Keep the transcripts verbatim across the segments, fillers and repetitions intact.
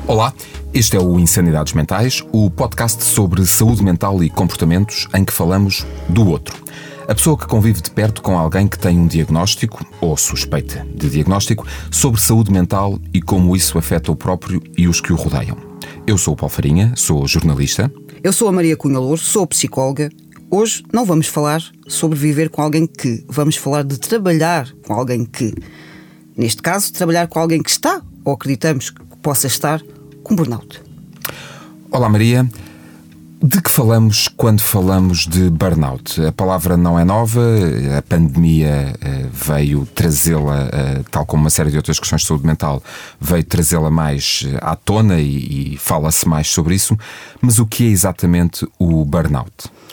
Olá, este é o Insanidades Mentais, o podcast sobre saúde mental e comportamentos em que falamos do outro. A pessoa que convive de perto com alguém que tem um diagnóstico, ou suspeita de diagnóstico, sobre saúde mental e como isso afeta o próprio e os que o rodeiam. Eu sou o Paulo Farinha, sou jornalista. Eu sou a Maria Cunha Louro, sou psicóloga. Hoje não vamos falar sobre viver com alguém que, vamos falar de trabalhar com alguém que. Neste caso, trabalhar com alguém que está, ou acreditamos que possa estar, com burnout. Olá Maria, de que falamos quando falamos de burnout? A palavra não é nova, a pandemia veio trazê-la, tal como uma série de outras questões de saúde mental, veio trazê-la mais à tona e, e fala-se mais sobre isso, mas o que é exatamente o burnout?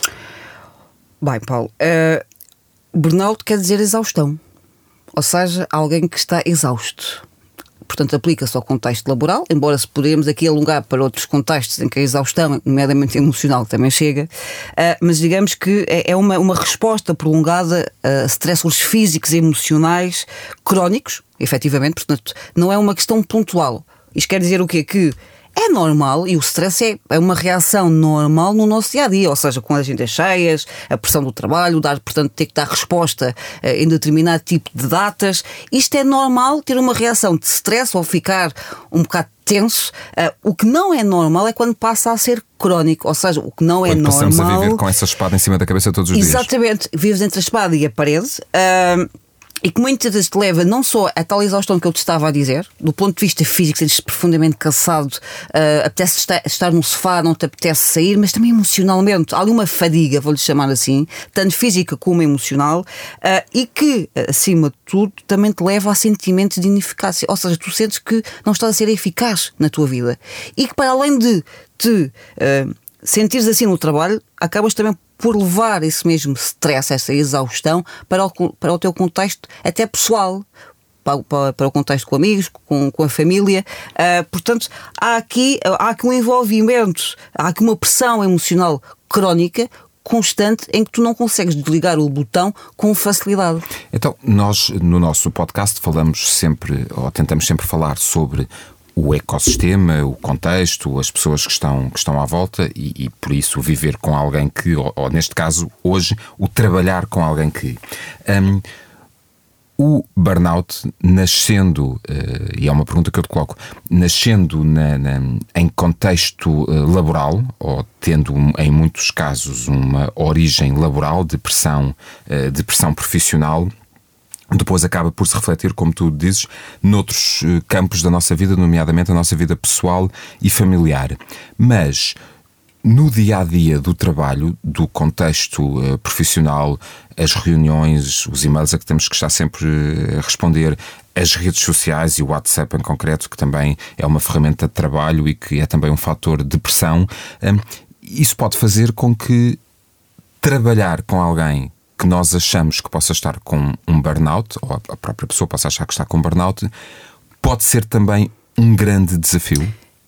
Bem, Paulo, uh, burnout quer dizer exaustão, ou seja, alguém que está exausto. Portanto, aplica-se ao contexto laboral, embora se podemos aqui alongar para outros contextos em que a exaustão, nomeadamente emocional, também chega, uh, mas digamos que é, é uma, uma resposta prolongada a stressores físicos e emocionais crónicos, efetivamente, portanto, não é uma questão pontual. Isto quer dizer o quê? Que é normal, e o stress é, é uma reação normal no nosso dia-a-dia, ou seja, com as agendas cheias, a pressão do trabalho, dar, portanto, ter que dar resposta uh, em determinado tipo de datas. Isto é normal, ter uma reação de stress ou ficar um bocado tenso. Uh, o que não é normal é quando passa a ser crónico, ou seja, o que não quando é normal... passamos a viver com essa espada em cima da cabeça todos os Exatamente, dias. Exatamente, vives entre a espada e a parede... Uh, E que muitas vezes te leva não só a tal exaustão que eu te estava a dizer, do ponto de vista físico, sentes-te profundamente cansado, uh, apetece estar, estar no sofá, não te apetece sair, mas também emocionalmente. Há ali uma fadiga, vou-lhe chamar assim, tanto física como emocional, uh, e que, acima de tudo, também te leva a sentimentos de ineficácia. Ou seja, tu sentes que não estás a ser eficaz na tua vida. E que, para além de te uh, sentires assim no trabalho, acabas também por levar esse mesmo stress, essa exaustão, para o, para o teu contexto até pessoal, para, para, para o contexto com amigos, com, com a família. Uh, portanto, há aqui, há aqui um envolvimento, há aqui uma pressão emocional crónica, constante, em que tu não consegues desligar o botão com facilidade. Então, nós no nosso podcast falamos sempre, ou tentamos sempre falar sobre o ecossistema, o contexto, as pessoas que estão, que estão à volta e, e por isso viver com alguém que, ou, ou neste caso hoje, o trabalhar com alguém que... Um, o burnout, nascendo, uh, e é uma pergunta que eu te coloco, nascendo na, na, em contexto uh, laboral, ou tendo em muitos casos uma origem laboral de pressão, uh, de pressão profissional, depois acaba por se refletir, como tu dizes, noutros campos da nossa vida, nomeadamente a nossa vida pessoal e familiar. Mas no dia-a-dia do trabalho, do contexto uh, profissional, as reuniões, os e-mails a que temos que estar sempre a responder, as redes sociais e o WhatsApp em concreto, que também é uma ferramenta de trabalho e que é também um fator de pressão, um, isso pode fazer com que trabalhar com alguém que nós achamos que possa estar com um burnout, ou a própria pessoa possa achar que está com um burnout, pode ser também um grande desafio?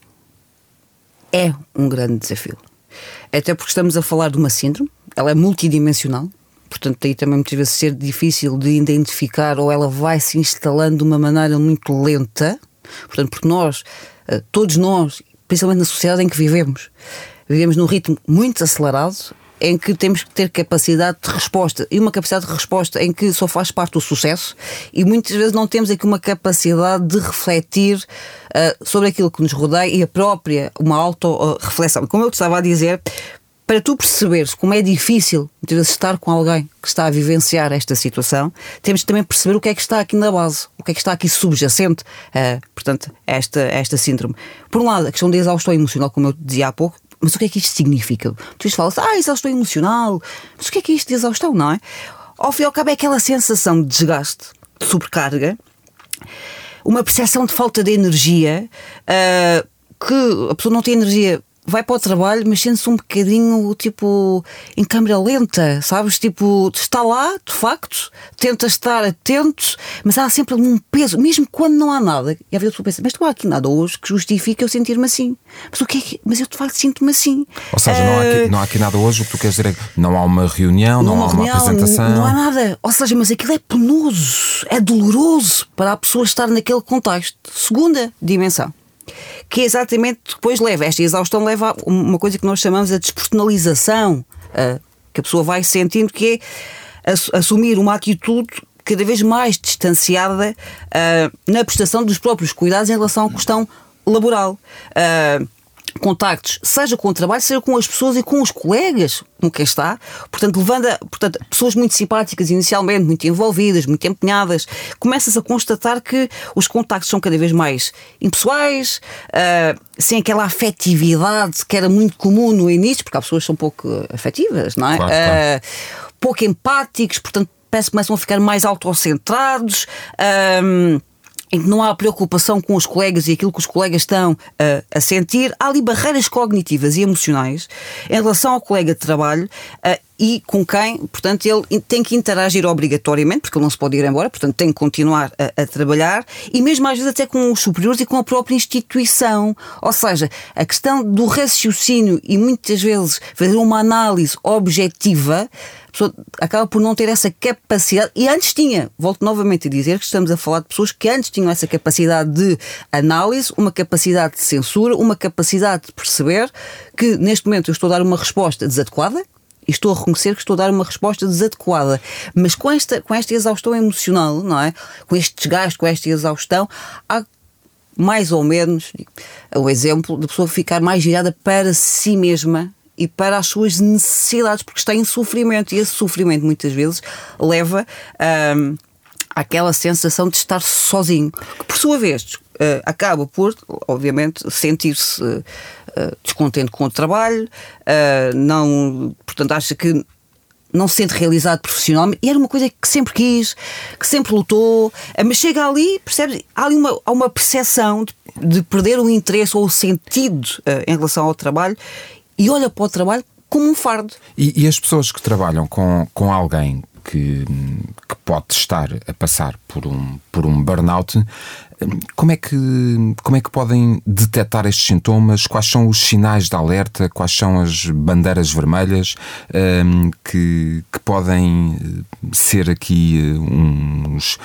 É um grande desafio. Até porque estamos a falar de uma síndrome, ela é multidimensional, portanto daí também muitas vezes ser difícil de identificar, ou ela vai se instalando de uma maneira muito lenta, portanto porque nós, todos nós, principalmente na sociedade em que vivemos, vivemos num ritmo muito acelerado, em que temos que ter capacidade de resposta, e uma capacidade de resposta em que só faz parte do sucesso, e muitas vezes não temos aqui uma capacidade de refletir uh, sobre aquilo que nos rodeia e a própria, uma auto-reflexão. Como eu te estava a dizer, para tu perceberes como é difícil muitas vezes estar com alguém que está a vivenciar esta situação, temos de também perceber o que é que está aqui na base, o que é que está aqui subjacente, uh, portanto, a esta, a esta síndrome. Por um lado, a questão da exaustão emocional, como eu dizia há pouco. Mas o que é que isto significa? Tu falas, ah, exaustão emocional. Mas o que é que é isto de exaustão, não é? Ao fim e ao cabo é aquela sensação de desgaste, de sobrecarga, uma percepção de falta de energia, uh, que a pessoa não tem energia, vai para o trabalho, mas sente-se um bocadinho, tipo, em câmera lenta, sabes? Tipo, está lá, de facto, tenta estar atento, mas há sempre um peso, mesmo quando não há nada. E às vezes a pessoa pensa, mas não há aqui nada hoje que justifique eu sentir-me assim. Mas o que é que... Mas eu, de facto, sinto-me assim. Ou seja, não há, aqui, não há aqui nada hoje, o que tu queres dizer é que não há uma reunião, não, não há uma reunião, apresentação. Não há nada. Ou seja, mas aquilo é penoso, é doloroso para a pessoa estar naquele contexto. Segunda dimensão, que é exatamente depois leva, esta exaustão leva a uma coisa que nós chamamos a despersonalização, uh, que a pessoa vai sentindo, que é ass- assumir uma atitude cada vez mais distanciada uh, na prestação dos próprios cuidados em relação à questão laboral. Uh, contactos, seja com o trabalho, seja com as pessoas e com os colegas com quem está, portanto, levando a, portanto, pessoas muito simpáticas inicialmente, muito envolvidas, muito empenhadas, começa-se a constatar que os contactos são cada vez mais impessoais, uh, sem aquela afetividade que era muito comum no início, porque há pessoas que são pouco afetivas, não é? Claro, claro. Uh, pouco empáticos, portanto, parece que começam a ficar mais autocentrados, um, em que não há preocupação com os colegas e aquilo que os colegas estão uh, a sentir. Há ali barreiras cognitivas e emocionais em relação ao colega de trabalho uh, e com quem, portanto, ele tem que interagir obrigatoriamente, porque ele não se pode ir embora, portanto tem que continuar a, a trabalhar, e mesmo às vezes até com os superiores e com a própria instituição. Ou seja, a questão do raciocínio e muitas vezes fazer uma análise objetiva, a pessoa acaba por não ter essa capacidade, e antes tinha, volto novamente a dizer que estamos a falar de pessoas que antes tinham essa capacidade de análise, uma capacidade de censura, uma capacidade de perceber que neste momento eu estou a dar uma resposta desadequada e estou a reconhecer que estou a dar uma resposta desadequada, mas com esta, com esta exaustão emocional, não é? Com este desgaste, com esta exaustão, há mais ou menos o exemplo da pessoa ficar mais virada para si mesma e para as suas necessidades, porque está em sofrimento, e esse sofrimento muitas vezes leva hum, àquela sensação de estar sozinho, que por sua vez uh, acaba por, obviamente, sentir-se uh, uh, descontente com o trabalho, uh, não, portanto acha que não se sente realizado profissionalmente, e era uma coisa que sempre quis, que sempre lutou, mas chega ali, percebe, há ali uma, há uma percepção de, de perder o interesse ou o sentido uh, em relação ao trabalho, e olha para o trabalho como um fardo. E, e as pessoas que trabalham com, com alguém que, que pode estar a passar por um, por um burnout, como é, que, como é que podem detectar estes sintomas? Quais são os sinais de alerta? Quais são as bandeiras vermelhas um, que, que podem ser aqui uns...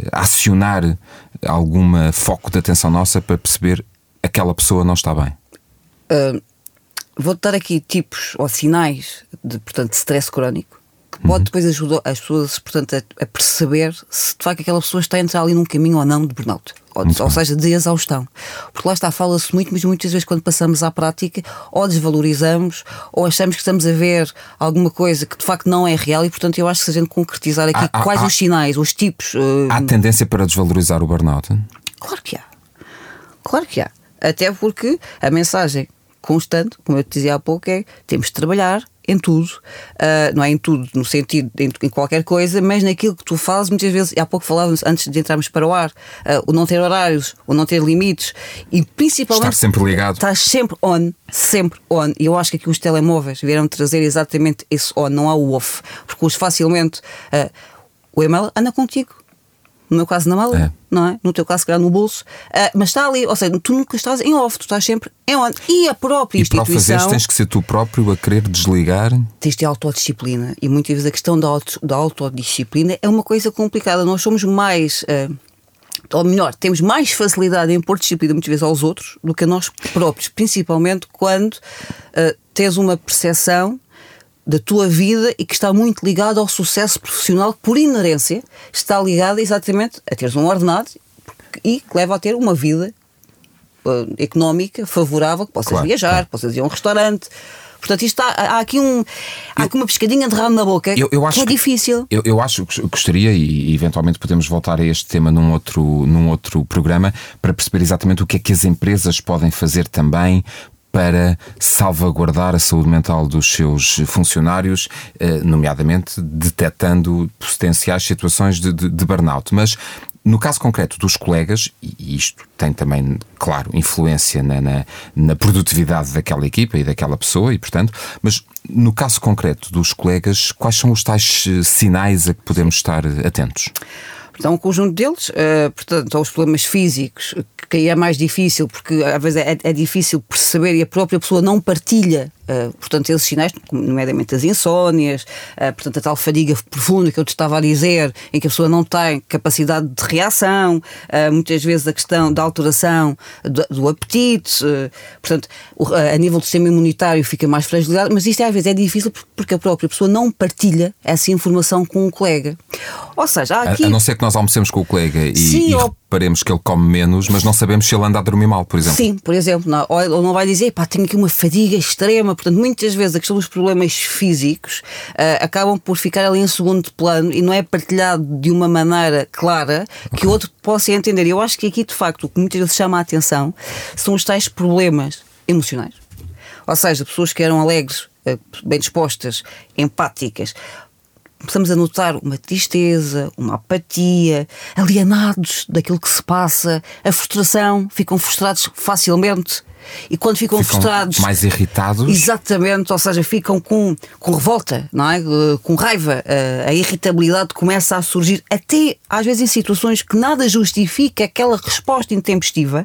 acionar algum foco de atenção nossa para perceber aquela pessoa não está bem? Uh... Vou-te dar aqui tipos ou sinais de, portanto, de stress crónico, que pode depois ajudar as pessoas, portanto, a, a perceber se de facto aquela pessoa está a entrar ali num caminho ou não de burnout, ou, de, ou seja, de exaustão. Porque lá está, fala-se muito, mas muitas vezes quando passamos à prática, ou desvalorizamos, ou achamos que estamos a ver alguma coisa que de facto não é real, e portanto eu acho que se a gente concretizar aqui há, quais há, os sinais, os tipos... Uh, há tendência para desvalorizar o burnout? Claro que há. Claro que há. Até porque a mensagem constante, como eu te dizia há pouco, é temos de trabalhar em tudo, uh, não é em tudo no sentido em, em qualquer coisa, mas naquilo que tu fazes muitas vezes. Há pouco falávamos antes de entrarmos para o ar, uh, o não ter horários, o não ter limites, e principalmente estar sempre ligado, estás sempre on, sempre on. E eu acho que aqui os telemóveis vieram trazer exatamente esse on, não há o off, porque os facilmente uh, o e-mail anda contigo. No meu caso na mala, é. Não é? No teu caso, se calhar no bolso, uh, mas está ali, ou seja, tu nunca estás em off, tu estás sempre em on. E a própria e instituição. E para o fazeres tens que ser tu próprio a querer desligar. Tens de ter autodisciplina, e muitas vezes a questão da, auto, da autodisciplina é uma coisa complicada. Nós somos mais, uh, ou melhor, temos mais facilidade em pôr disciplina muitas vezes aos outros do que a nós próprios, principalmente quando uh, tens uma percepção da tua vida e que está muito ligado ao sucesso profissional, que por inerência está ligado exatamente a teres um ordenado e que leva a ter uma vida uh, económica favorável, que possas claro, viajar, claro. possas ir a um restaurante. Portanto, isto há, há aqui um, há aqui uma pescadinha de ramo na boca eu, eu acho que é difícil. Eu, eu acho que gostaria, e eventualmente podemos voltar a este tema num outro, num outro programa, para perceber exatamente o que é que as empresas podem fazer também para salvaguardar a saúde mental dos seus funcionários, nomeadamente detectando potenciais situações de, de, de burnout. Mas no caso concreto dos colegas, e isto tem também, claro, influência na, na, na produtividade daquela equipa e daquela pessoa, e portanto, mas no caso concreto dos colegas, quais são os tais sinais a que podemos estar atentos? Então, um conjunto deles, uh, portanto, aos problemas físicos, que aí é mais difícil, porque às vezes é, é difícil perceber e a própria pessoa não partilha Uh, portanto, esses sinais, nomeadamente as insónias, uh, portanto, a tal fadiga profunda que eu te estava a dizer, em que a pessoa não tem capacidade de reação, uh, muitas vezes a questão da alteração do, do apetite, uh, portanto, o, uh, a nível do sistema imunitário fica mais fragilizado, mas isto às vezes é difícil porque a própria pessoa não partilha essa informação com um colega. Ou seja, há aqui... A, a não ser que nós almocemos com o colega e, Sim, e ou... reparemos que ele come menos, mas não sabemos se ele anda a dormir mal, por exemplo. Sim, por exemplo, não, ou, ou não vai dizer, pá, tenho aqui uma fadiga extrema. Portanto, muitas vezes a questão dos problemas físicos uh, acabam por ficar ali em segundo plano e não é partilhado de uma maneira clara que okay. o outro possa entender. Eu acho que aqui, de facto, o que muitas vezes chama a atenção são os tais problemas emocionais. Ou seja, pessoas que eram alegres, uh, bem dispostas, empáticas. Começamos a notar uma tristeza, uma apatia, alienados daquilo que se passa, a frustração, ficam frustrados facilmente. E quando ficam, ficam frustrados, mais irritados, exatamente, ou seja, ficam com, com revolta, não é? Com raiva, a, a irritabilidade começa a surgir, até às vezes em situações que nada justifica aquela resposta intempestiva.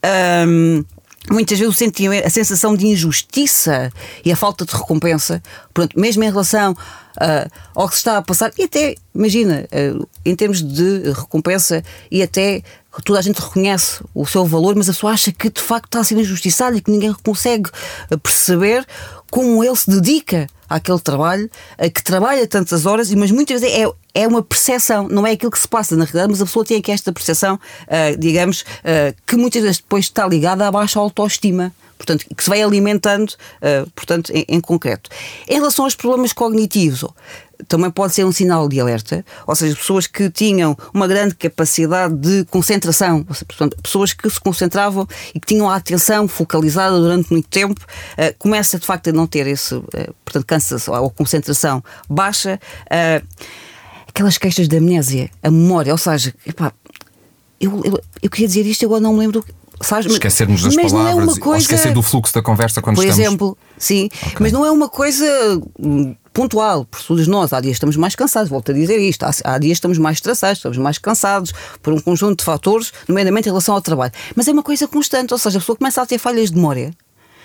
Um, Muitas vezes o sentimento, a sensação de injustiça e a falta de recompensa, pronto, mesmo em relação uh, ao que se está a passar, e até, imagina, uh, em termos de recompensa, e até toda a gente reconhece o seu valor, mas a pessoa acha que de facto está a ser injustiçado e que ninguém consegue perceber como ele se dedica àquele trabalho, que trabalha tantas horas, mas muitas vezes é, é uma percepção, não é aquilo que se passa na realidade, mas a pessoa tem aqui esta percepção, uh, digamos, uh, que muitas vezes depois está ligada à baixa autoestima. Portanto, que se vai alimentando, uh, portanto, em, em concreto. Em relação aos problemas cognitivos, também pode ser um sinal de alerta, ou seja, pessoas que tinham uma grande capacidade de concentração, ou seja, portanto, pessoas que se concentravam e que tinham a atenção focalizada durante muito tempo, uh, começa de facto a não ter esse, uh, portanto, cansaço ou concentração baixa. Uh, aquelas queixas de amnésia, a memória, ou seja, epá, eu, eu, eu queria dizer isto, agora não me lembro do que. Sabes? Esquecermos das mas palavras, não é uma coisa... ou esquecer do fluxo da conversa quando por estamos... Por exemplo, sim, okay. Mas não é uma coisa pontual, por todos nós. Há dias estamos mais cansados, volto a dizer isto, há, há dias estamos mais estressados, estamos mais cansados por um conjunto de fatores, nomeadamente em relação ao trabalho. Mas é uma coisa constante, ou seja, a pessoa começa a ter falhas de memória,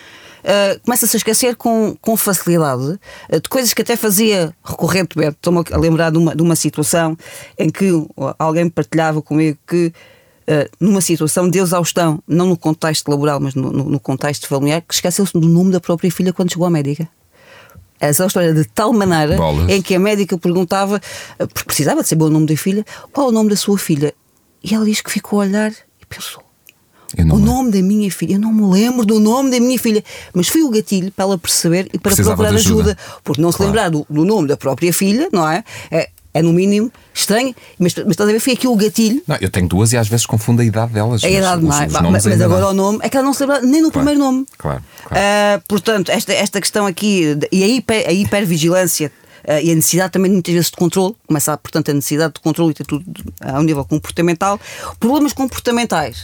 uh, começa-se a esquecer com, com facilidade uh, de coisas que até fazia recorrentemente. Estou-me a lembrar de uma, de uma situação em que alguém me partilhava comigo que Uh, numa situação de exaustão, não no contexto laboral, mas no, no, no contexto familiar, que esqueceu-se do nome da própria filha quando chegou à médica. A exaustão era de tal maneira Bolas. Em que a médica perguntava, uh, porque precisava de saber o nome da filha, qual é o nome da sua filha? E ela diz que ficou a olhar e pensou: o nome da minha filha, eu não me lembro do nome da minha filha, mas foi o gatilho para ela perceber e para Precisava procurar ajuda. ajuda, porque não claro. Se lembrar do, do nome da própria filha, não é? É É no mínimo estranho, mas, mas estás a ver, foi aqui o gatilho. Não, eu tenho duas e às vezes confundo a idade delas. A idade mais, mas, mas agora não. O nome é que ela não se lembra nem no claro, primeiro nome. Claro, claro. Uh, portanto, esta, esta questão aqui e a, hiper, a hipervigilância uh, e a necessidade também muitas vezes de controle, começa a, portanto, a necessidade de controle e ter tudo a um nível comportamental. Problemas comportamentais,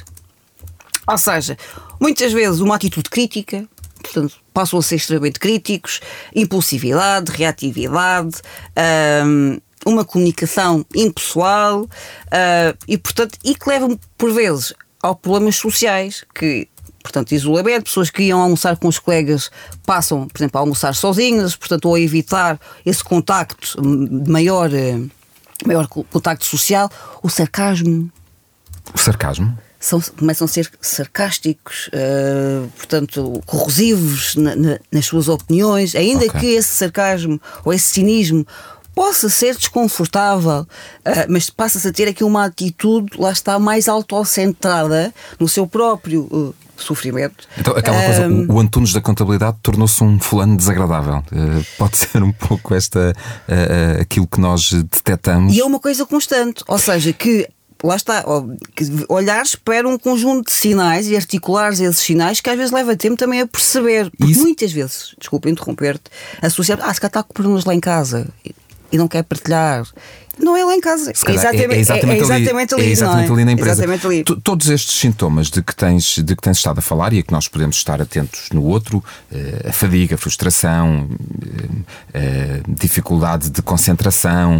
ou seja, muitas vezes uma atitude crítica. Portanto, passam a ser extremamente críticos, impulsividade, reatividade, um, uma comunicação impessoal uh, e, portanto, e que levam, por vezes, a problemas sociais, que, portanto, isolamento, pessoas que iam almoçar com os colegas passam, por exemplo, a almoçar sozinhas, portanto, ou a evitar esse contacto maior, maior contacto social, o sarcasmo. O sarcasmo? São, começam a ser sarcásticos, uh, portanto, corrosivos na, na, nas suas opiniões, ainda okay. que esse sarcasmo ou esse cinismo possa ser desconfortável, uh, mas passa-se a ter aqui uma atitude, lá está, mais autocentrada no seu próprio uh, sofrimento. Então, aquela uh, coisa, o, o Antunes da contabilidade tornou-se um fulano desagradável. Uh, pode ser um pouco esta, uh, uh, aquilo que nós detectamos. E é uma coisa constante, ou seja, que lá está, olhares para um conjunto de sinais e articulares esses sinais que às vezes leva tempo também a perceber. Porque Isso. muitas vezes, desculpa interromper-te, associar, ah, se cá está com problemas lá em casa e não quer partilhar, Não é lá em casa, Se calhar exatamente, é, é exatamente, é, é exatamente ali, ali, é exatamente não é? ali na empresa. Exatamente ali. T- Todos estes sintomas de que, tens, de que tens estado a falar e a que nós podemos estar atentos no outro, a fadiga, a frustração, a dificuldade de concentração,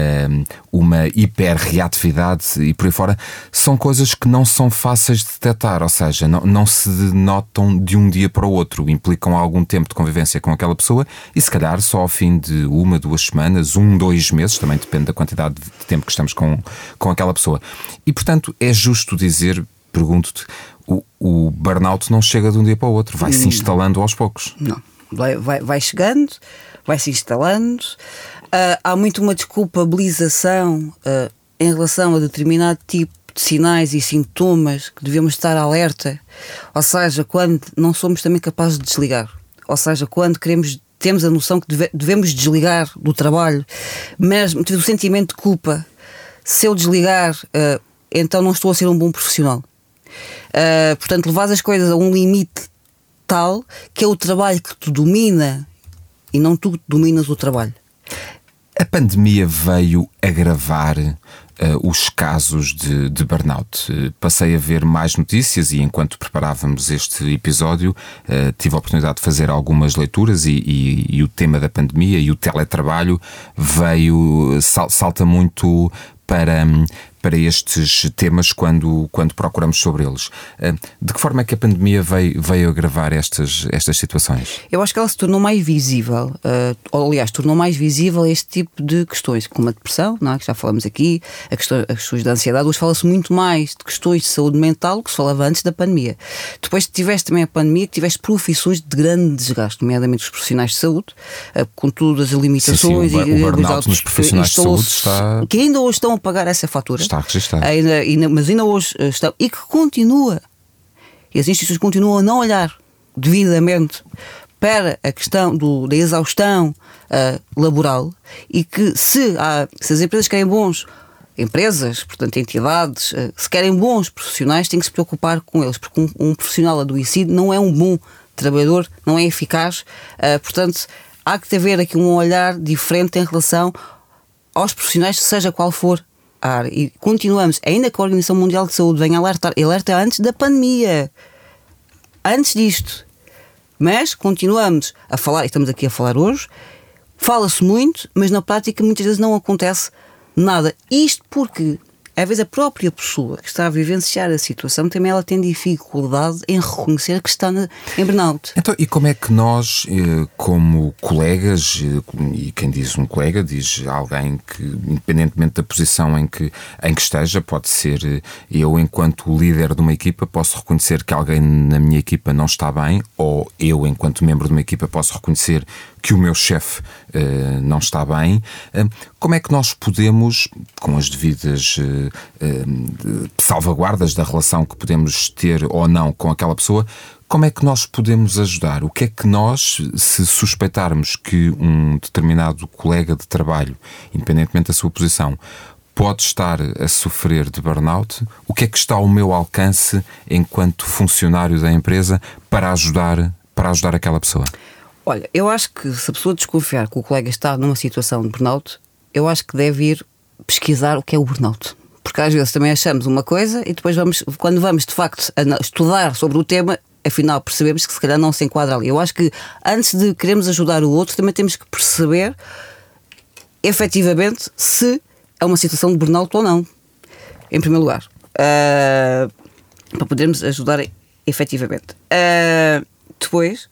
uma hiperreatividade e por aí fora, são coisas que não são fáceis de detectar, ou seja, não, não se notam de um dia para o outro, implicam algum tempo de convivência com aquela pessoa e se calhar só ao fim de uma, duas semanas, um, dois meses, também depende da quantidade de tempo que estamos com, com aquela pessoa. E portanto é justo dizer, pergunto-te, o, o burnout não chega de um dia para o outro, vai se instalando aos poucos. Não, vai, vai, vai chegando, vai se instalando. Uh, há muito uma desculpabilização uh, em relação a determinado tipo de sinais e sintomas que devemos estar alerta, ou seja, quando não somos também capazes de desligar, ou seja, quando queremos, temos a noção que deve, devemos desligar do trabalho, mas o sentimento de culpa, se eu desligar, uh, então não estou a ser um bom profissional. Uh, portanto, levas as coisas a um limite tal que é o trabalho que te domina e não tu que dominas o trabalho. A pandemia veio agravar uh, os casos de, de burnout. Uh, passei a ver mais notícias e enquanto preparávamos este episódio uh, tive a oportunidade de fazer algumas leituras e, e, e o tema da pandemia e o teletrabalho veio, sal, salta muito para, para estes temas quando, quando procuramos sobre eles. Uh, de que forma é que a pandemia veio, veio agravar estas, estas situações? Eu acho que ela se tornou mais visível, uh, ou, aliás, tornou mais visível este tipo de questões, como a depressão, não é? Que já falamos aqui, a questão, as questões da ansiedade. Hoje fala-se muito mais de questões de saúde mental que se falava antes da pandemia. Depois tiveste também a pandemia, que tiveste profissões de grande desgaste, nomeadamente os profissionais de saúde, uh, com todas as limitações. Sim, sim, o, e o burnout altos, nos profissionais de saúde está... que ainda hoje estão a pagar essa fatura. Está registado. Ainda, ainda, mas ainda hoje estão, e que continua. E as instituições continuam a não olhar devidamente para a questão do, da exaustão uh, laboral e que se, há, se as empresas querem bons empresas, portanto entidades, uh, se querem bons profissionais, têm que se preocupar com eles, porque um, um profissional adoecido não é um bom trabalhador, não é eficaz, uh, portanto há que haver aqui um olhar diferente em relação aos profissionais, seja qual for a área. E continuamos, ainda que a Organização Mundial de Saúde venha alertar, alerta antes da pandemia, antes disto, mas continuamos a falar, e estamos aqui a falar hoje, fala-se muito, mas na prática muitas vezes não acontece nada. Isto porque às vezes a própria pessoa que está a vivenciar a situação também ela tem dificuldade em reconhecer que está na, em burnout. Então, e como é que nós, como colegas, e quem diz um colega diz alguém que, independentemente da posição em que, em que esteja, pode ser eu enquanto líder de uma equipa, posso reconhecer que alguém na minha equipa não está bem, ou eu enquanto membro de uma equipa posso reconhecer que o meu chefe uh, não está bem. Uh, como é que nós podemos, com as devidas uh, uh, salvaguardas da relação que podemos ter ou não com aquela pessoa, como é que nós podemos ajudar? O que é que nós, se suspeitarmos que um determinado colega de trabalho, independentemente da sua posição, pode estar a sofrer de burnout, o que é que está ao meu alcance enquanto funcionário da empresa para ajudar, para ajudar aquela pessoa? Olha, eu acho que se a pessoa desconfiar que o colega está numa situação de burnout, eu acho que deve ir pesquisar o que é o burnout. Porque às vezes também achamos uma coisa e depois vamos, quando vamos de facto estudar sobre o tema, afinal percebemos que se calhar não se enquadra ali. Eu acho que antes de queremos ajudar o outro, também temos que perceber efetivamente se é uma situação de burnout ou não. Em primeiro lugar, uh, para podermos ajudar efetivamente. Uh, depois...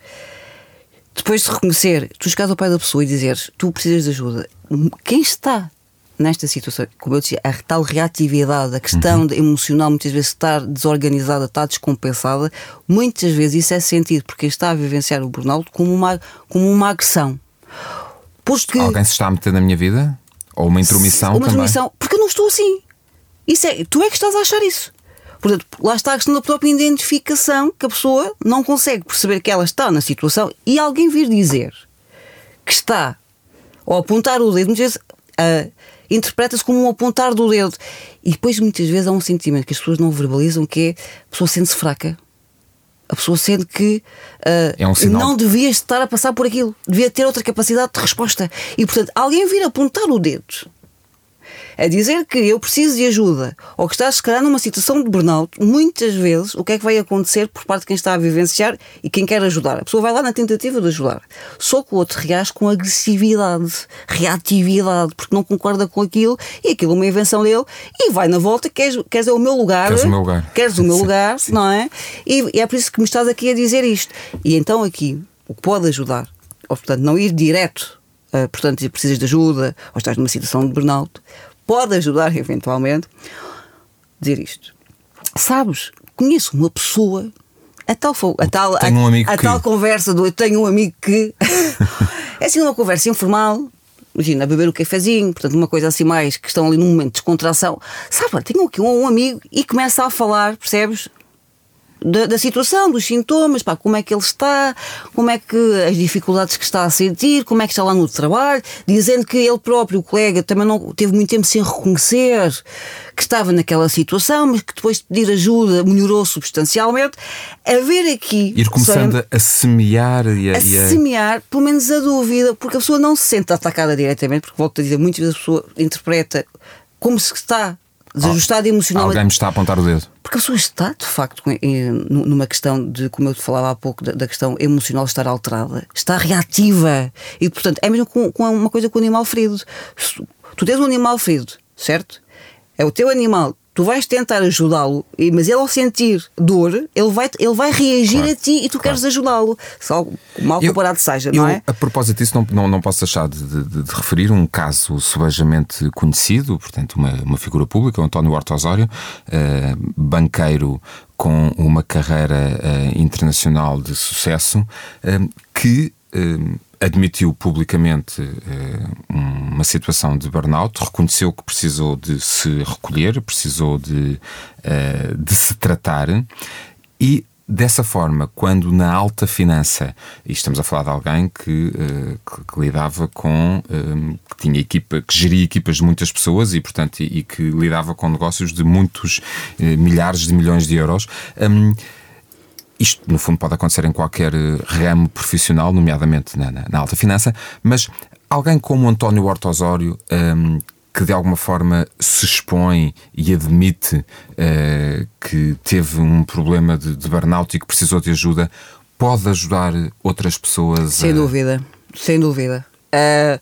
Depois de reconhecer, tu chegares ao pé da pessoa e dizeres tu precisas de ajuda, quem está nesta situação, como eu dizia, a tal reatividade, a questão uhum. emocional, muitas vezes estar desorganizada, estar descompensada, muitas vezes isso é sentido porque está a vivenciar o burnout como uma, como uma agressão. Posto que, alguém se está a meter na minha vida? Ou uma intromissão uma também? Intromissão, porque eu não estou assim. Isso é, tu é que estás a achar isso. Portanto, lá está a questão da própria identificação, que a pessoa não consegue perceber que ela está na situação e alguém vir dizer que está, ou apontar o dedo, muitas vezes uh, interpreta-se como um apontar do dedo. E depois muitas vezes há um sentimento que as pessoas não verbalizam, que é a pessoa sente-se fraca. A pessoa sente que uh, é um sinal não de... devia estar a passar por aquilo, devia ter outra capacidade de resposta. E portanto, alguém vir apontar o dedo a dizer que eu preciso de ajuda ou que estás se calhar numa situação de burnout, muitas vezes o que é que vai acontecer por parte de quem está a vivenciar e quem quer ajudar? A pessoa vai lá na tentativa de ajudar, só que o outro reage com agressividade, reatividade, porque não concorda com aquilo e aquilo é uma invenção dele e vai na volta, queres, queres é o meu lugar, queres o meu lugar, queres o meu sim, lugar, sim. não é? E, e é por isso que me estás aqui a dizer isto. E então aqui, o que pode ajudar, ou portanto não ir direto, uh, portanto precisas de ajuda ou estás numa situação de burnout, pode ajudar eventualmente dizer isto. Sabes, conheço uma pessoa, a tal, a tal, a, um amigo a que... tal conversa do eu tenho um amigo que é assim uma conversa informal, imagina, a beber um cafezinho, portanto uma coisa assim mais que estão ali num momento de descontração. Sabe, tenho aqui um, um amigo e começa a falar, percebes? Da, da situação, dos sintomas, pá, como é que ele está, como é que as dificuldades que está a sentir, como é que está lá no trabalho, dizendo que ele próprio, o colega, também não teve muito tempo sem reconhecer que estava naquela situação, mas que depois de pedir ajuda melhorou substancialmente. A ver aqui ir começando sei, a semear e a, a e a... semear, pelo menos a dúvida, porque a pessoa não se sente atacada diretamente, porque volto a dizer, muitas vezes a pessoa interpreta como se está desajustado oh, emocionalmente. Alguém me está a apontar o dedo. Porque a pessoa está, de facto, numa questão de, como eu te falava há pouco, da, da questão emocional estar alterada, está reativa. E, portanto, é mesmo com, com uma coisa com o animal ferido. Tu tens um animal ferido, certo? É o teu animal. Tu vais tentar ajudá-lo, mas ele ao sentir dor, ele vai, ele vai reagir claro, a ti e tu claro. queres ajudá-lo. Só mal comparado eu, seja, não eu, é? A propósito disso, não, não, não posso deixar de, de, de referir um caso subejamente conhecido, portanto, uma, uma figura pública, o António Horta Osório, uh, banqueiro com uma carreira uh, internacional de sucesso, uh, que uh, admitiu publicamente uh, uma situação de burnout, reconheceu que precisou de se recolher, precisou de, uh, de se tratar e, dessa forma, quando na alta finança, e estamos a falar de alguém que, uh, que, que lidava com, um, que tinha equipa, que geria equipas de muitas pessoas e, portanto, e, e que lidava com negócios de muitos uh, milhares de milhões de euros, um, isto, no fundo, pode acontecer em qualquer ramo profissional, nomeadamente na, na, na alta finança, mas alguém como António Horta Osório, um, que de alguma forma se expõe e admite uh, que teve um problema de, de burnout e que precisou de ajuda, pode ajudar outras pessoas? Sem a... dúvida, sem dúvida. Uh,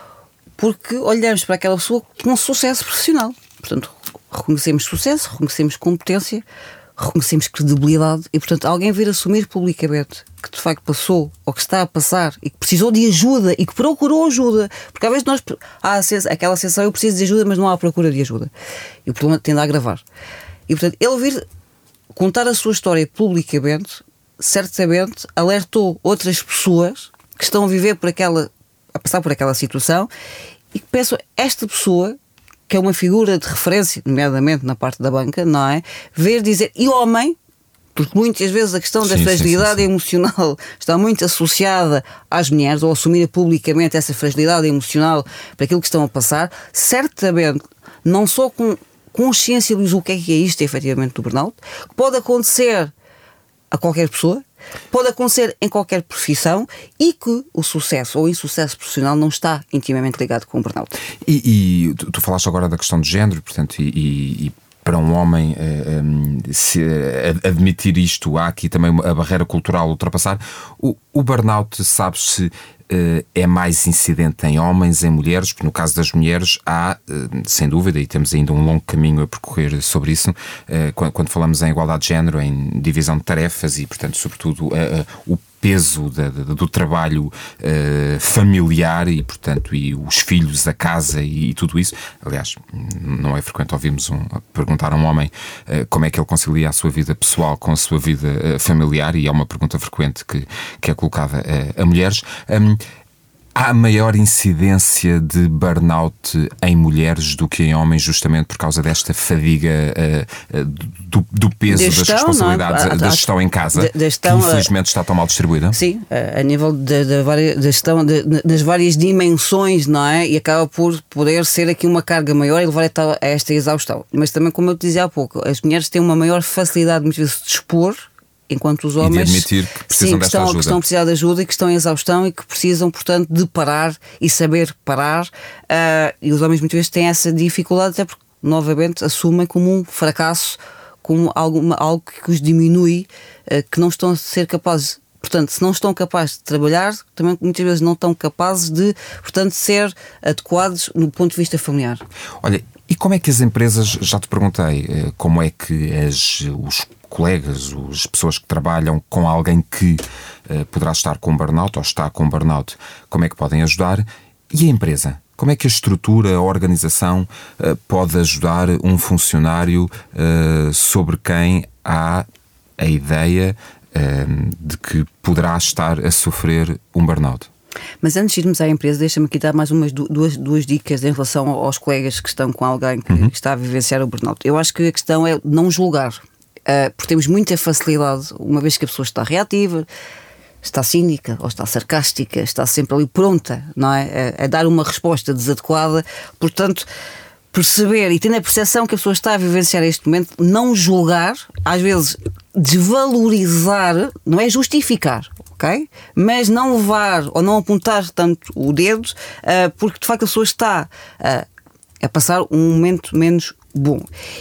porque olhamos para aquela pessoa com sucesso profissional. Portanto, reconhecemos sucesso, reconhecemos competência, reconhecemos credibilidade e, portanto, alguém vir assumir publicamente que de facto passou ou que está a passar e que precisou de ajuda e que procurou ajuda, porque às vezes nós há aquela sensação, eu preciso de ajuda, mas não há procura de ajuda e o problema tende a agravar. E, portanto, ele vir contar a sua história publicamente, certamente alertou outras pessoas que estão a viver por aquela, a passar por aquela situação e que pensam, esta pessoa que é uma figura de referência, nomeadamente na parte da banca, não é? Ver dizer, e homem, porque muitas vezes a questão da sim, fragilidade sim, sim, sim. emocional está muito associada às mulheres, ou assumir publicamente essa fragilidade emocional para aquilo que estão a passar, certamente, não só com consciência do que é que é isto, efetivamente, do burnout, que pode acontecer a qualquer pessoa, pode acontecer em qualquer profissão e que o sucesso ou insucesso profissional não está intimamente ligado com o burnout. E, e tu, tu falaste agora da questão de género, portanto, e, e, e para um homem uh, um, se, uh, admitir isto, há aqui também a barreira cultural ultrapassar. O, o burnout, sabes-se, Uh, é mais incidente em homens, em mulheres, porque no caso das mulheres há, uh, sem dúvida, e temos ainda um longo caminho a percorrer sobre isso, uh, quando, quando falamos em igualdade de género, em divisão de tarefas e, portanto, sobretudo, uh, uh, o peso da, da, do trabalho uh, familiar e, portanto, e os filhos, a casa e, e tudo isso. Aliás, não é frequente ouvirmos um, perguntar a um homem uh, como é que ele concilia a sua vida pessoal com a sua vida uh, familiar, e é uma pergunta frequente que, que é colocada uh, a mulheres. Um, Há maior incidência de burnout em mulheres do que em homens, justamente por causa desta fadiga uh, uh, do, do peso gestão, das responsabilidades, é? Da gestão em casa, da, da gestão, que infelizmente está tão mal distribuída. Sim, a nível da, da, da gestão de, das várias dimensões, não é? E acaba por poder ser aqui uma carga maior e levar a esta exaustão. Mas também, como eu te dizia há pouco, as mulheres têm uma maior facilidade muitas vezes de expor enquanto os homens, e de admitir que precisam sim, que desta estão, ajuda. que estão a precisar de ajuda e que estão em exaustão e que precisam, portanto, de parar e saber parar. Uh, e os homens muitas vezes têm essa dificuldade, até porque, novamente, assumem como um fracasso, como alguma, algo que os diminui, uh, que não estão a ser capazes. Portanto, se não estão capazes de trabalhar, também muitas vezes não estão capazes de, portanto, ser adequados no ponto de vista familiar. Olha, e como é que as empresas, já te perguntei, como é que as, os colegas, as pessoas que trabalham com alguém que uh, poderá estar com burnout ou está com burnout, como é que podem ajudar? E a empresa? Como é que a estrutura, a organização uh, pode ajudar um funcionário uh, sobre quem há a ideia de que poderá estar a sofrer um burnout? Mas antes de irmos à empresa, deixa-me aqui dar mais umas duas, duas dicas em relação aos colegas que estão com alguém que, uhum. que está a vivenciar o burnout. Eu acho que a questão é não julgar, uh, porque temos muita facilidade, uma vez que a pessoa está reativa, está cínica ou está sarcástica, está sempre ali pronta, não é? A, a dar uma resposta desadequada. Portanto, perceber e tendo a percepção que a pessoa está a vivenciar este momento, não julgar, às vezes desvalorizar, não é justificar, ok? Mas não levar ou não apontar tanto o dedo, uh, porque de facto a pessoa está uh, a passar um momento menos bom.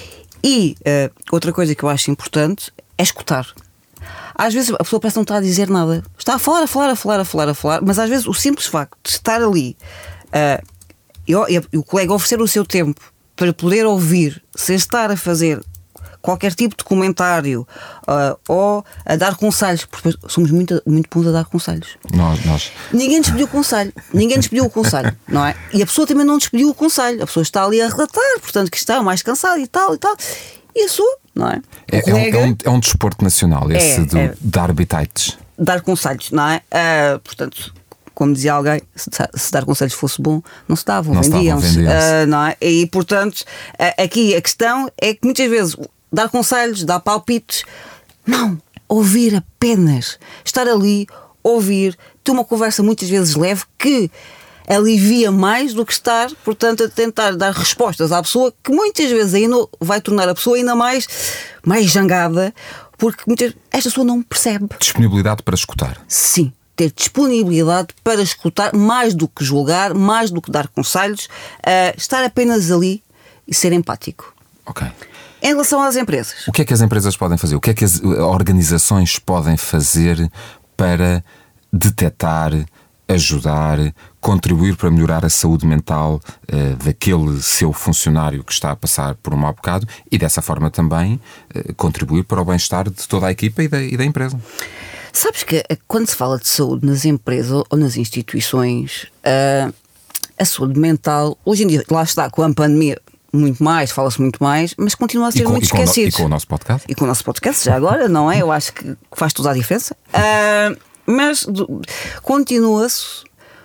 E uh, outra coisa que eu acho importante é escutar. Às vezes a pessoa parece que não está a dizer nada, está a falar, a falar, a falar, a falar, a falar, mas às vezes o simples facto de estar ali uh, e, e o colega oferecer o seu tempo para poder ouvir, sem estar a fazer qualquer tipo de comentário uh, ou a dar conselhos, porque somos muito, muito bons a dar conselhos. Nós, nós. Ninguém nos pediu o conselho, ninguém nos pediu o conselho, não é? E a pessoa também não nos pediu o conselho, a pessoa está ali a relatar, portanto, que está mais cansada e tal e tal. E a sua, não é? É, colega, é, um, é, um, é um desporto nacional, esse é, do, é, dar bitites. Dar conselhos, não é? Uh, portanto, como dizia alguém, se, se dar conselhos fosse bom, não se davam, vendiam-se. Uh, não é? E, portanto, uh, aqui a questão é que muitas vezes dar conselhos, dar palpites, não, ouvir apenas, estar ali, ouvir, ter uma conversa muitas vezes leve que alivia mais do que estar, portanto, a tentar dar respostas à pessoa que muitas vezes ainda vai tornar a pessoa ainda mais, mais zangada, porque muitas, esta pessoa não percebe. Disponibilidade para escutar. Sim, ter disponibilidade para escutar, mais do que julgar, mais do que dar conselhos, uh, estar apenas ali e ser empático. Ok. Em relação às empresas. O que é que as empresas podem fazer? O que é que as organizações podem fazer para detectar, ajudar, contribuir para melhorar a saúde mental uh, daquele seu funcionário que está a passar por um mau bocado e dessa forma também uh, contribuir para o bem-estar de toda a equipa e da, e da empresa? Sabes que quando se fala de saúde nas empresas ou nas instituições, uh, a saúde mental, hoje em dia, lá está, com a pandemia, muito mais, fala-se muito mais, mas continua a ser com, muito e com esquecido. No, e com o nosso podcast? E com o nosso podcast, já agora, não é? Eu acho que faz toda a diferença. Uh, mas do, continua-se.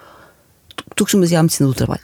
Tu, tu costumas ir à medicina do trabalho?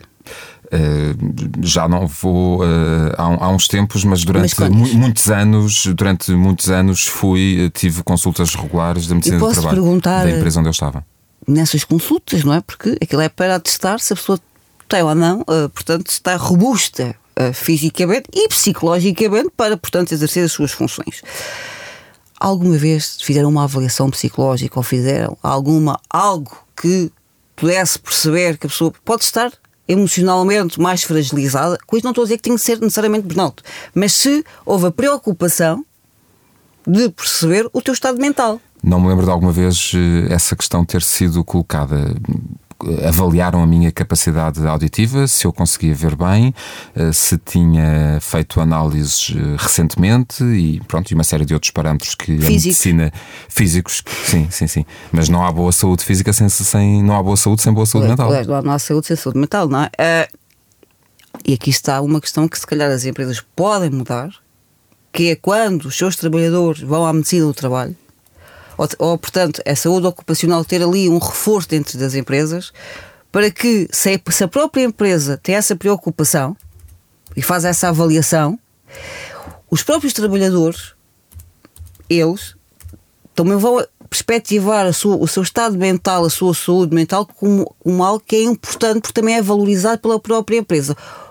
Uh, já não vou uh, há, há uns tempos, mas durante mas mu- muitos anos, durante muitos anos fui, tive consultas regulares da medicina do trabalho da empresa onde eu estava. Nessas consultas, não é? Porque aquilo é para testar se a pessoa tem ou não, uh, portanto, está robusta uh, fisicamente e psicologicamente para, portanto, exercer as suas funções. Alguma vez fizeram uma avaliação psicológica ou fizeram alguma, algo que pudesse perceber que a pessoa pode estar emocionalmente mais fragilizada? Com isso não estou a dizer que tem que ser necessariamente burnout, mas se houve a preocupação de perceber o teu estado mental. Não me lembro de alguma vez essa questão ter sido colocada. Avaliaram a minha capacidade auditiva, se eu conseguia ver bem, se tinha feito análises recentemente e pronto, e uma série de outros parâmetros que Físico. a medicina físicos, sim, sim, sim. Mas não há boa saúde física sem, sem não há boa saúde sem boa saúde mental. Não há, não há saúde sem saúde mental, não é? Uh, e aqui está uma questão que se calhar as empresas podem mudar, que é quando os seus trabalhadores vão à medicina do trabalho. Ou, ou, portanto, a saúde ocupacional ter ali um reforço dentro das empresas para que, se a, se a própria empresa tem essa preocupação e faz essa avaliação, os próprios trabalhadores, eles, também vão perspectivar a sua, o seu estado mental, a sua saúde mental como, como algo que é importante porque também é valorizado pela própria empresa.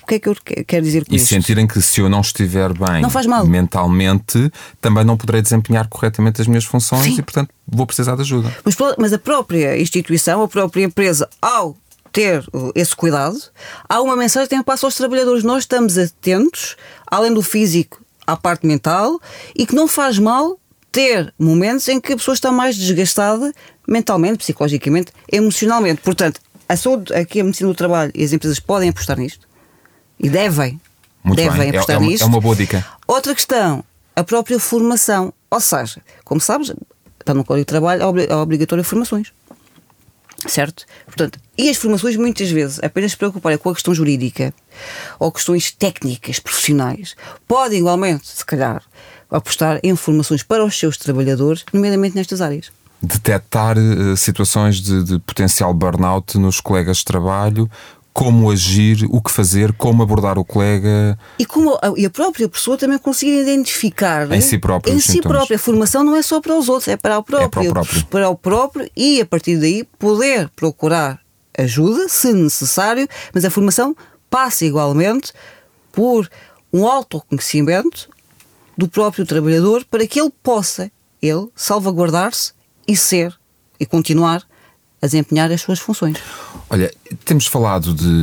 que é que eu quero dizer com e isto? E sentirem que se eu não estiver bem não faz mal. mentalmente, também não poderei desempenhar corretamente as minhas funções. Sim. E, portanto, vou precisar de ajuda. Mas, mas a própria instituição, a própria empresa, ao ter esse cuidado, há uma mensagem que tem passo aos trabalhadores. Nós estamos atentos, além do físico, à parte mental, e que não faz mal ter momentos em que a pessoa está mais desgastada mentalmente, psicologicamente, emocionalmente. Portanto, a saúde, aqui a medicina do trabalho e as empresas podem apostar nisto e devem, Muito devem bem. apostar é, nisto. É uma boa dica. Outra questão, a própria formação. Ou seja, como sabes, está no Código de Trabalho a obrigatória formações. Certo? Portanto, e as formações muitas vezes apenas se preocuparem com a questão jurídica ou questões técnicas, profissionais, podem igualmente, se calhar, apostar em formações para os seus trabalhadores, nomeadamente nestas áreas. Detectar uh, situações de, de potencial burnout nos colegas de trabalho, como agir, o que fazer, como abordar o colega. E, como a, e a própria pessoa também conseguir identificar em si própria. Em si própria. A formação não é só para os outros, é para o próprio. É para o próprio. Para o próprio e, a partir daí, poder procurar ajuda, se necessário, mas a formação passa igualmente por um autoconhecimento do próprio trabalhador para que ele possa, ele, salvaguardar-se e ser, e continuar a desempenhar as suas funções. Olha, temos falado de,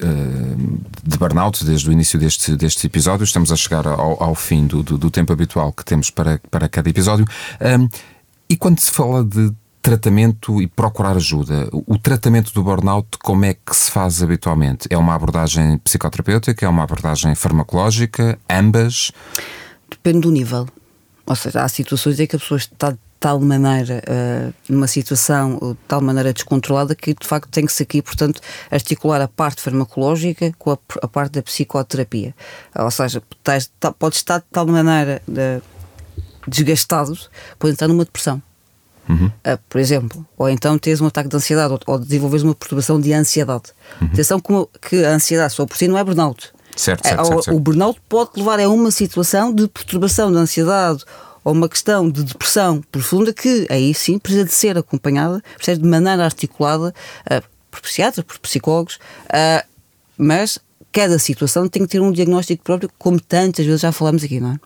de burnout desde o início deste, deste episódio. Estamos a chegar ao, ao fim do, do, do tempo habitual que temos para, para cada episódio. Um, e quando se fala de tratamento e procurar ajuda, o tratamento do burnout, como é que se faz habitualmente? É uma abordagem psicoterapêutica? É uma abordagem farmacológica? Ambas? Depende do nível. Ou seja, há situações em que a pessoa está de tal maneira, uh, numa situação de tal maneira descontrolada que de facto tem que se aqui, portanto, articular a parte farmacológica com a, a parte da psicoterapia. Ou seja, tás, tá, pode estar de tal maneira de, desgastado, pode entrar numa depressão. Uhum. Uh, por exemplo, ou então teres um ataque de ansiedade, ou, ou desenvolveres uma perturbação de ansiedade. Uhum. Atenção como, que a ansiedade só por si não é burnout. Certo, certo, é, certo, certo. O burnout pode levar a uma situação de perturbação de ansiedade ou uma questão de depressão profunda que aí sim precisa de ser acompanhada, precisa de maneira articulada uh, por psiquiatras, por psicólogos, uh, mas cada situação tem que ter um diagnóstico próprio, como tantas vezes já falamos aqui, não é?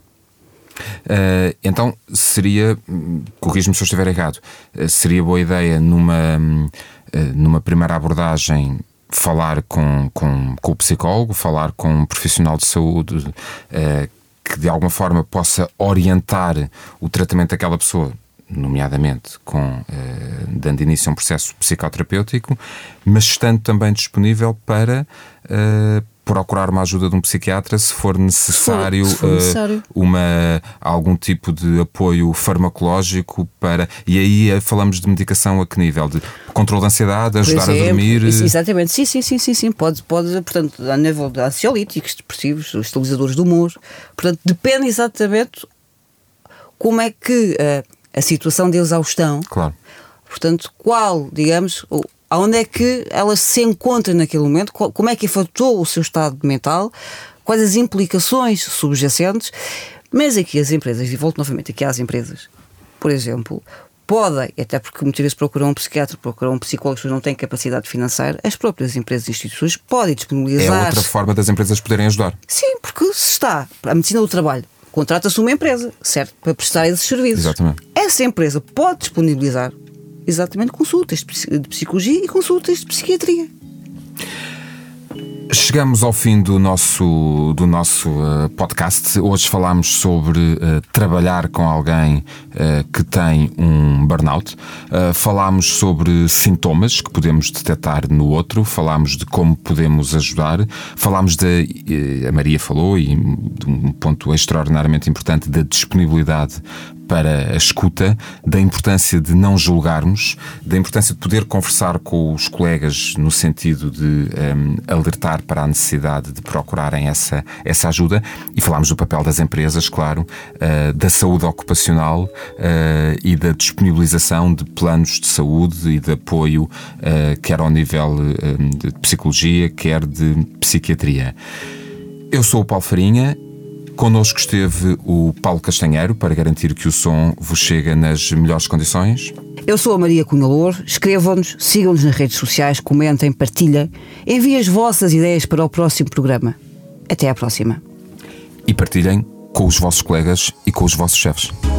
Uh, então seria, corrijo-me se eu estiver errado, uh, seria boa ideia numa, uh, numa primeira abordagem falar com, com, com o psicólogo, falar com um profissional de saúde uh, que de alguma forma possa orientar o tratamento daquela pessoa, nomeadamente com, eh, dando início a um processo psicoterapêutico, mas estando também disponível para eh, procurar uma ajuda de um psiquiatra se for necessário, se for, se for necessário. Uh, uma, algum tipo de apoio farmacológico para... E aí uh, falamos de medicação a que nível? De controle da ansiedade, ajudar exemplo, a dormir? Exatamente, sim, sim, sim, sim, sim. Pode, pode, portanto, a nível de ansiolíticos, depressivos, os estabilizadores do humor. Portanto, depende exatamente como é que uh, a situação de exaustão... Claro. Portanto, qual, digamos... Onde é que elas se encontram naquele momento, como é que afetou o seu estado mental, quais as implicações subjacentes. Mas aqui as empresas, e volto novamente aqui às empresas, por exemplo, podem, até porque muitas vezes procuram um psiquiatra, procuram um psicólogo que não têm capacidade financeira, as próprias empresas e instituições podem disponibilizar. É outra forma das empresas poderem ajudar. Sim, porque se está a medicina do trabalho, contrata-se uma empresa, certo, para prestar esses serviços. Exatamente. Essa empresa pode disponibilizar exatamente consultas de psicologia e consultas de psiquiatria. Chegamos ao fim do nosso, do nosso uh, podcast. Hoje falámos sobre uh, trabalhar com alguém uh, que tem um burnout. Uh, falámos sobre sintomas que podemos detectar no outro. Falámos de como podemos ajudar. Falámos de, uh, a Maria falou, e de um ponto extraordinariamente importante, da disponibilidade para a escuta, da importância de não julgarmos, da importância de poder conversar com os colegas no sentido de um, alertar para a necessidade de procurarem essa, essa ajuda. E falámos do papel das empresas, claro, uh, da saúde ocupacional uh, e da disponibilização de planos de saúde e de apoio, uh, quer ao nível uh, de psicologia, quer de psiquiatria. Eu sou o Paulo Farinha. Connosco esteve o Paulo Castanheiro para garantir que o som vos chega nas melhores condições. Eu sou a Maria Cunha Louro. Escrevam-nos, sigam-nos nas redes sociais, comentem, partilhem. Enviem as vossas ideias para o próximo programa. Até à próxima. E partilhem com os vossos colegas e com os vossos chefes.